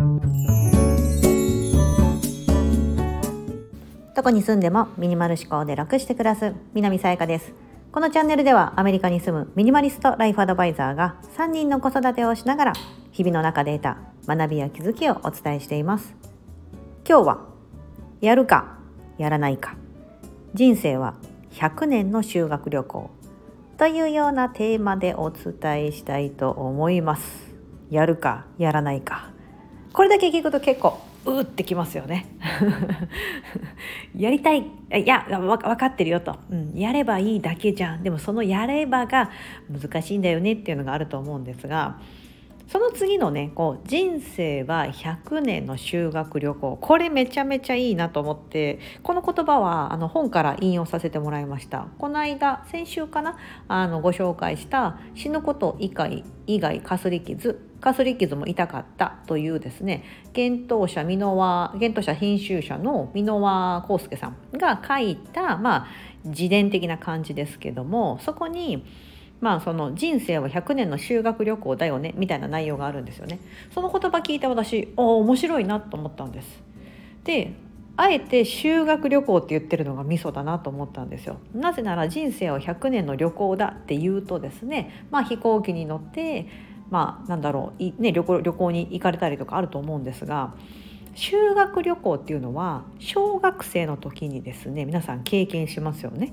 どこに住んでもミニマル思考で楽して暮らす南さやかです。このチャンネルではアメリカに住むミニマリストライフアドバイザーが3人の子育てをしながら日々の中で得た学びや気づきをお伝えしています。今日はやるかやらないか、人生は100年の修学旅行というようなテーマでお伝えしたいと思います。やるかやらないか、これだけ聞くと結構うーってきますよねやりたい、いや分かってるよと、やればいいだけじゃん、でもそのやればが難しいんだよねっていうのがあると思うんですが、その次のね、人生は100年の修学旅行、これめちゃめちゃいいなと思って、この言葉は本から引用させてもらいました。この間先週かな、ご紹介した死ぬこと以外かすり傷も痛かったというですね、現当社編集者の箕輪康介さんが書いた、自伝的な感じですけども、そこにその人生は100年の修学旅行だよねみたいな内容があるんですよね。その言葉聞いて私面白いなと思ったんです。で、あえて修学旅行って言ってるのがミソだなと思ったんですよ。なぜなら人生は100年の旅行だって言うとですね、飛行機に乗って旅行に行かれたりとかあると思うんですが、修学旅行っていうのは小学生の時にですね、皆さん経験しますよね。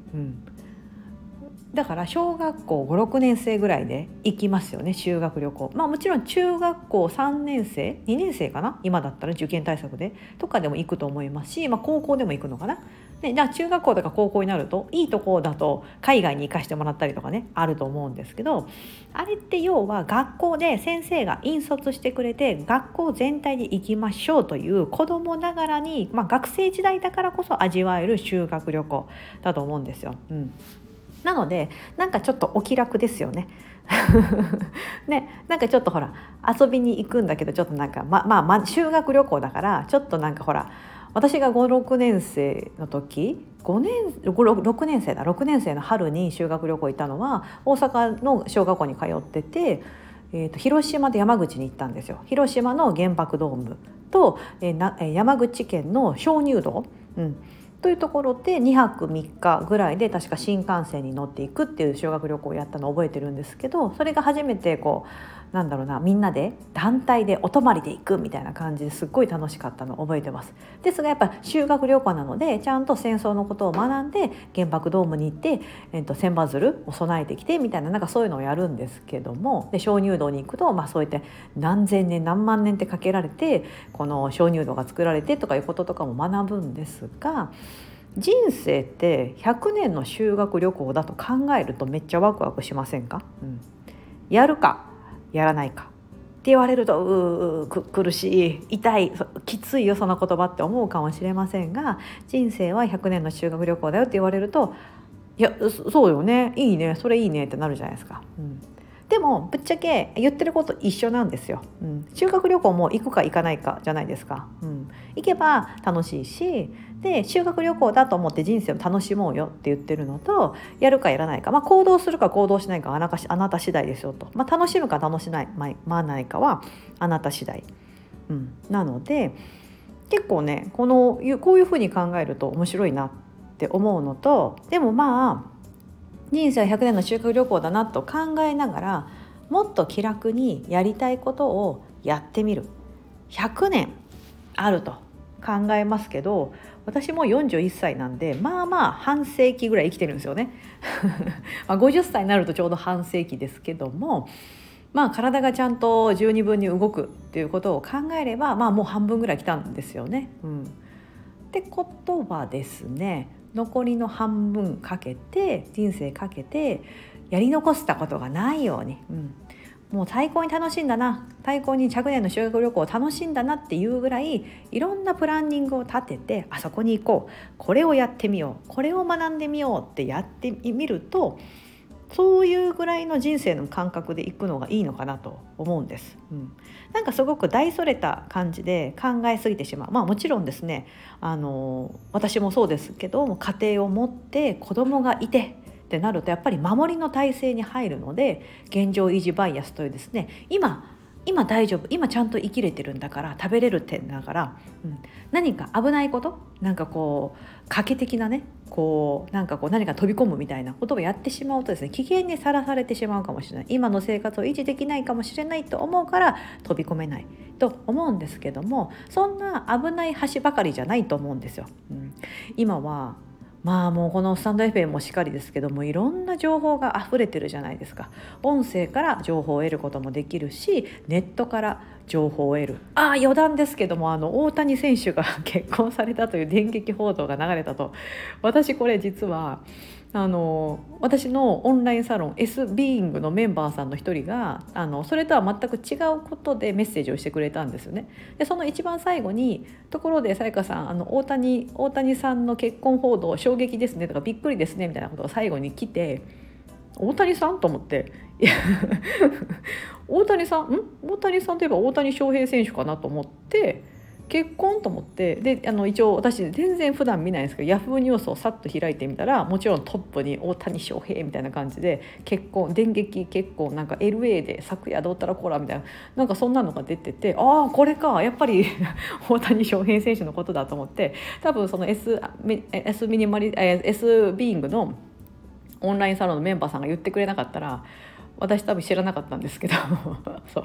だから小学校5、6年生ぐらいで行きますよね、修学旅行。もちろん中学校3年生2年生かな、今だったら受験対策でとかでも行くと思いますし、高校でも行くのかな。で、じゃあ中学校とか高校になるといいとこだと海外に行かしてもらったりとかね、あると思うんですけど、あれって要は学校で先生が引率してくれて学校全体で行きましょうという子供ながらに、学生時代だからこそ味わえる修学旅行だと思うんですよ。なのでちょっとお気楽ですよねね、ちょっとほら遊びに行くんだけど、ちょっと修学旅行だからちょっとほら、私が5、6年生の時6年生の春に修学旅行行ったのは大阪の小学校に通ってて、広島で山口に行ったんですよ。広島の原爆ドームと、山口県の鍾乳洞、というところで2泊3日ぐらいで確か新幹線に乗っていくっていう修学旅行をやったのを覚えてるんですけど、それが初めてみんなで団体でお泊まりで行くみたいな感じですっごい楽しかったのを覚えてます。ですがやっぱ修学旅行なのでちゃんと戦争のことを学んで原爆ドームに行って、千羽鶴を備えてきてみたいな、そういうのをやるんですけども、で鍾乳洞に行くと、そうやって何千年何万年ってかけられてこの鍾乳洞が作られてとかいうこととかも学ぶんですが、人生って100年の修学旅行だと考えるとめっちゃワクワクしませんか？やるかやらないかって言われると苦しい、痛い、きついよその言葉って思うかもしれませんが、人生は100年の修学旅行だよって言われると、いやそうよね、いいね、それいいねってなるじゃないですか。でもぶっちゃけ言ってること一緒なんですよ。修学旅行も行くか行かないかじゃないですか。行けば楽しいし、で修学旅行だと思って人生を楽しもうよって言ってるのと、やるかやらないか、行動するか行動しないかはあなた次第ですよと、楽しむか楽しないかはあなた次第、なので結構ねこういうふうに考えると面白いなって思うのと、でも人生は100年の修学旅行だなと考えながら、もっと気楽にやりたいことをやってみる。100年あると考えますけど、私も41歳なんで半世紀ぐらい生きてるんですよね50歳になるとちょうど半世紀ですけども、体がちゃんと十二分に動くっていうことを考えれば、もう半分ぐらい来たんですよね。ってことはですね、残りの半分人生かけてやり残したことがないように、もう最高に楽しいんだな、最高に100年の修学旅行を楽しいんだなっていうぐらいいろんなプランニングを立てて、あそこに行こう、これをやってみよう、これを学んでみようってやってみると、そういうぐらいの人生の感覚で行くのがいいのかなと思うんです。すごく大それた感じで考えすぎてしまう。もちろんですね、私もそうですけども、家庭を持って子供がいてってなるとやっぱり守りの体制に入るので、現状維持バイアスというですね、今今大丈夫、今ちゃんと生きれてるんだから、食べれるってんだから、何か危ないこと、なんかこう賭け的なね、なんか何か飛び込むみたいなことをやってしまうとですね、危険にさらされてしまうかもしれない、今の生活を維持できないかもしれないと思うから飛び込めないと思うんですけども、そんな危ない橋ばかりじゃないと思うんですよ。今はもうこのスタンド FM もしっかりですけども、いろんな情報が溢れてるじゃないですか。音声から情報を得ることもできるし、ネットから情報を得る。余談ですけども、大谷選手が結婚されたという電撃報道が流れたと。私これ実は私のオンラインサロン S ビーイングのメンバーさんの一人がそれとは全く違うことでメッセージをしてくれたんですよね。でその一番最後にところで、さやかさん大谷さんの結婚報道衝撃ですねとかびっくりですねみたいなことが最後に来て、大谷さんと思って、いや大谷さんといえば大谷翔平選手かなと思って、結婚と思って、で一応私全然普段見ないんですけど、ヤフーニュースをさっと開いてみたら、もちろんトップに大谷翔平みたいな感じで、電撃結婚なんか LA で昨夜どうたらこらみたいな、なんかそんなのが出てて、これかやっぱり大谷翔平選手のことだと思って、多分その S ビーイングのオンラインサロンのメンバーさんが言ってくれなかったら、私多分知らなかったんですけどそう、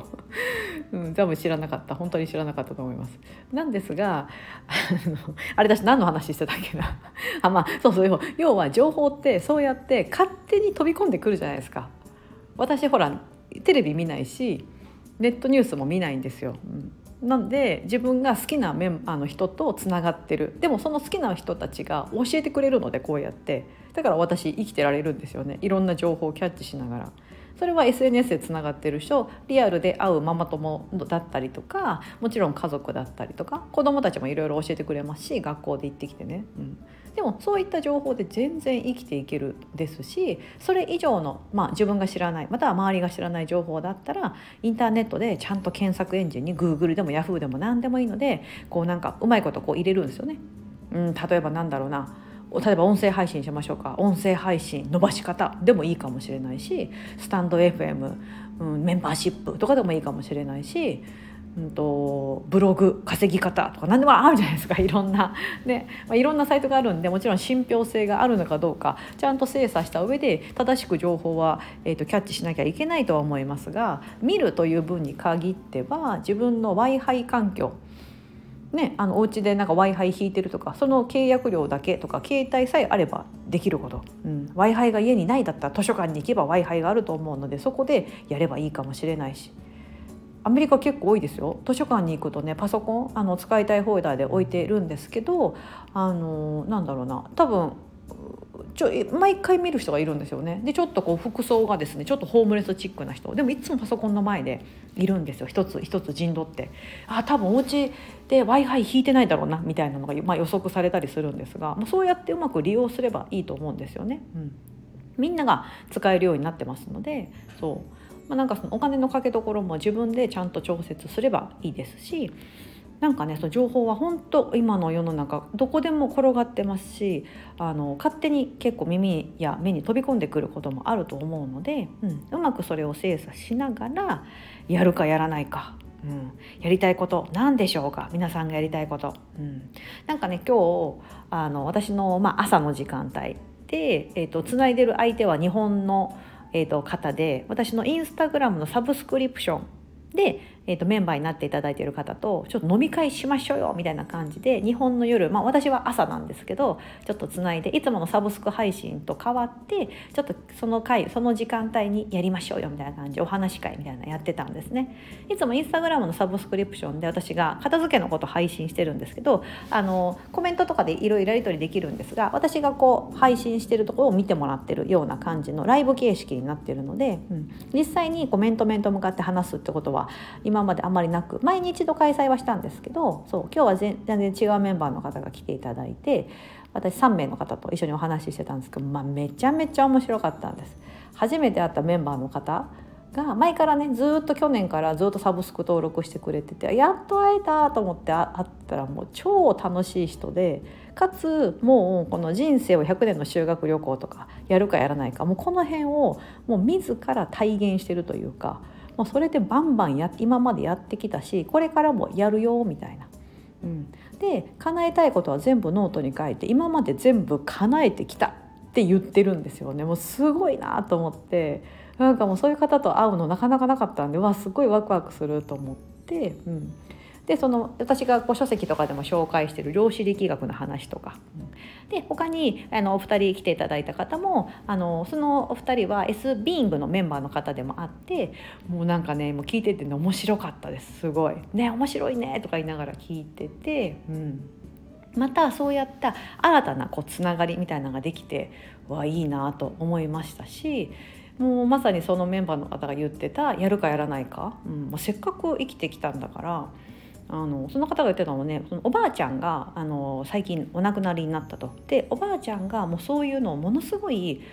多分知らなかった、本当に知らなかったと思います。なんですがあれだし、何の話してたっけなそう要は情報ってそうやって勝手に飛び込んでくるじゃないですか。私ほらテレビ見ないしネットニュースも見ないんですよ。なんで自分が好きな人とつながってる。でもその好きな人たちが教えてくれるので、こうやってだから私生きてられるんですよね。いろんな情報をキャッチしながら。それは SNS でつながってる人、リアルで会うママ友だったりとか、もちろん家族だったりとか、子どもたちもいろいろ教えてくれますし、学校で行ってきてね、でもそういった情報で全然生きていけるですし、それ以上の、自分が知らない、または周りが知らない情報だったら、インターネットでちゃんと検索エンジンに Google でも Yahoo でも何でもいいので、なんかうまいこと入れるんですよね。例えばなんだろうな、例えば音声配信しましょうか。音声配信伸ばし方でもいいかもしれないし、スタンド FM、メンバーシップとかでもいいかもしれないし、ブログ稼ぎ方とか何でもあるじゃないですか。いろんな、ね、いろんなサイトがあるんで、もちろん信憑性があるのかどうかちゃんと精査した上で正しく情報は、キャッチしなきゃいけないとは思いますが、見るという分に限っては自分の Wi-Fi 環境お家でなんか Wi-Fi 引いてるとか、その契約料だけとか、携帯さえあればできること、Wi-Fi が家にないだったら図書館に行けば Wi-Fi があると思うので、そこでやればいいかもしれないし、アメリカ結構多いですよ。図書館に行くとね、パソコン使いたい放題で置いているんですけど、なんだろうな、多分毎回見る人がいるんですよね。でちょっと服装がですね、ちょっとホームレスチックな人でもいつもパソコンの前でいるんですよ。一つ一つ陣取って、多分お家で Wi-Fi 引いてないだろうなみたいなのが、予測されたりするんですが、そうやってうまく利用すればいいと思うんですよね。みんなが使えるようになってますので、なんかそのお金のかけどころも自分でちゃんと調節すればいいですし、なんかね、その情報は本当今の世の中どこでも転がってますし、勝手に結構耳や目に飛び込んでくることもあると思うので、うまくそれを精査しながらやるかやらないか、やりたいこと何でしょうか。皆さんがやりたいこと、なんかね、今日私の、朝の時間帯で、つないでる相手は日本の、方で、私のインスタグラムのサブスクリプションで、メンバーになっていただいている方とちょっと飲み会しましょうよみたいな感じで、日本の夜、私は朝なんですけど、ちょっとつないで、いつものサブスク配信と変わってちょっとその時間帯にやりましょうよみたいな感じでお話し会みたいなのやってたんですね。いつもインスタグラムのサブスクリプションで私が片付けのこと配信してるんですけど、コメントとかでいろいろやり取りできるんですが、私が配信してるところを見てもらってるような感じのライブ形式になってるので、実際に面と面と向かって話すってことは今まであまりなく、前に一度開催はしたんですけど、今日は全然違うメンバーの方が来ていただいて、私3名の方と一緒にお話ししてたんですけど、めちゃめちゃ面白かったんです。初めて会ったメンバーの方が前からね、ずっと去年からずっとサブスク登録してくれてて、やっと会えたと思って会ったら、もう超楽しい人で、かつもうこの人生を100年の修学旅行とかやるかやらないか、もうこの辺をもう自ら体現してるというか、 もうそれでバンバン今までやってきたし、これからもやるよみたいな、で叶えたいことは全部ノートに書いて今まで全部叶えてきたって言ってるんですよね。もうすごいなと思って、なんかもうそういう方と会うのなかなかなかったんで、すごいワクワクすると思って、で私が書籍とかでも紹介している量子力学の話とか、で他にお二人来ていただいた方もそのお二人は S ビーイングのメンバーの方でもあって、もうなんかねもう聞いてて、ね、面白かったです。すごいね、面白いねとか言いながら聞いてて、またそうやった新たなつながりみたいなのができていいなと思いましたし、もうまさにそのメンバーの方が言ってたやるかやらないか、もうせっかく生きてきたんだからその方が言ってたのはね、そのおばあちゃんが最近お亡くなりになったと。でおばあちゃんがもうそういうのをものすごい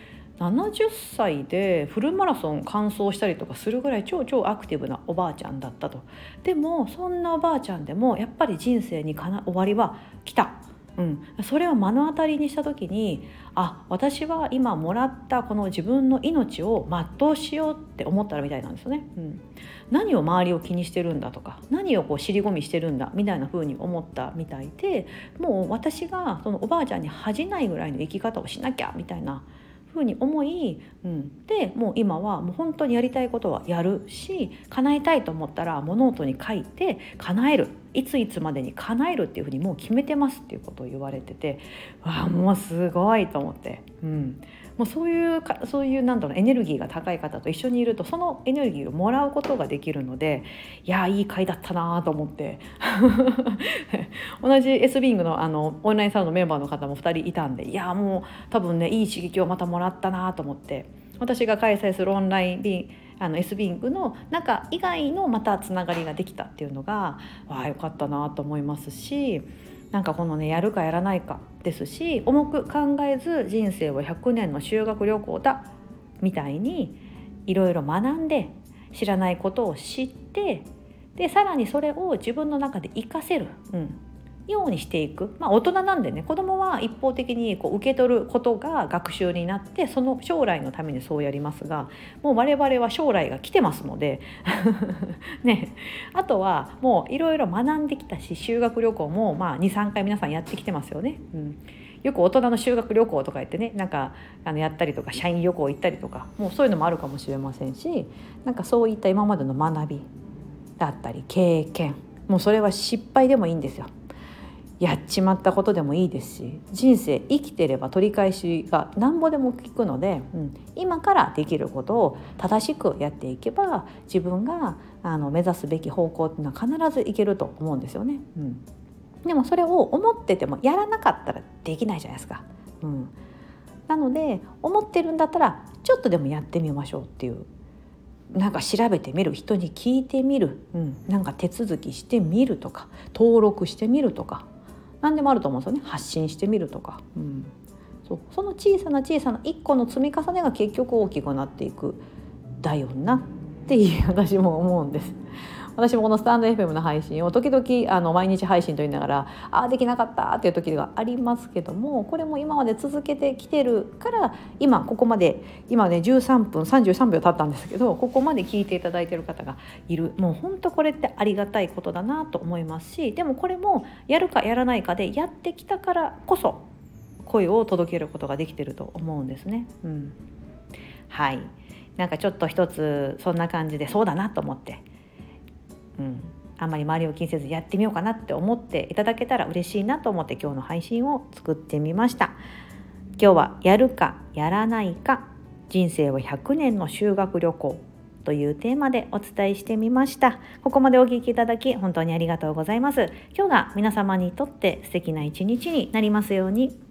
70歳でフルマラソン完走したりとかするぐらい超アクティブなおばあちゃんだったと。でもそんなおばあちゃんでもやっぱり人生に終わりは来た。それを目の当たりにした時に、私は今もらったこの自分の命を全うしようって思ったらみたいなんですよね。何を周りを気にしてるんだとか、何を尻込みしてるんだみたいな風に思ったみたいで、もう私がそのおばあちゃんに恥じないぐらいの生き方をしなきゃみたいな風に思い、でもう今はもう本当にやりたいことはやるし、叶えたいと思ったらもうノートに書いて叶える、いつまでに叶えるっていう風にもう決めてますっていうことを言われてて、もうすごいと思って、もうそういうなんだろう、エネルギーが高い方と一緒にいるとそのエネルギーをもらうことができるので、いい回だったなと思って同じ S ビーイングのオンラインサロンのメンバーの方も2人いたんで、もう多分ねいい刺激をまたもらったなと思って、私が開催するオンラインS ビーイングの中以外のまたつながりができたっていうのが良かったなと思いますし、なんかこのねやるかやらないかですし、重く考えず人生は100年の修学旅行だみたいにいろいろ学んで知らないことを知って、でさらにそれを自分の中で活かせる、ようにしていく。大人なんでね、子供は一方的に受け取ることが学習になってその将来のためにそうやりますが、もう我々は将来が来てますのでね、あとはもういろいろ学んできたし、修学旅行も2、3回皆さんやってきてますよね。よく大人の修学旅行とか言ってね、なんかやったりとか社員旅行行ったりとか、もうそういうのもあるかもしれませんし、なんかそういった今までの学びだったり経験、もうそれは失敗でもいいんですよ。やっちまったことでもいいですし、人生生きてれば取り返しがなんぼでも効くので、今からできることを正しくやっていけば自分が目指すべき方向っていうのは必ずいけると思うんですよね。でもそれを思っててもやらなかったらできないじゃないですか。なので思ってるんだったらちょっとでもやってみましょうっていう、なんか調べてみる、人に聞いてみる、なんか手続きしてみるとか登録してみるとか、何でもあると思うんですよね。発信してみるとか、その小さな一個の積み重ねが結局大きくなっていくだよなって私も思うんです。私もこのスタンド FM の配信を時々毎日配信と言いながらできなかったっていう時がありますけども、これも今まで続けてきてるから今ここまで、今ね13分33秒経ったんですけど、ここまで聞いていただいている方がいる。もう本当これってありがたいことだなと思いますし、でもこれもやるかやらないかでやってきたからこそ声を届けることができてると思うんですね。はい、なんかちょっと一つそんな感じでそうだなと思って、あんまり周りを気にせずやってみようかなって思っていただけたら嬉しいなと思って今日の配信を作ってみました。今日はやるかやらないか、人生は100年の修学旅行というテーマでお伝えしてみました。ここまでお聞きいただき本当にありがとうございます。今日が皆様にとって素敵な一日になりますように。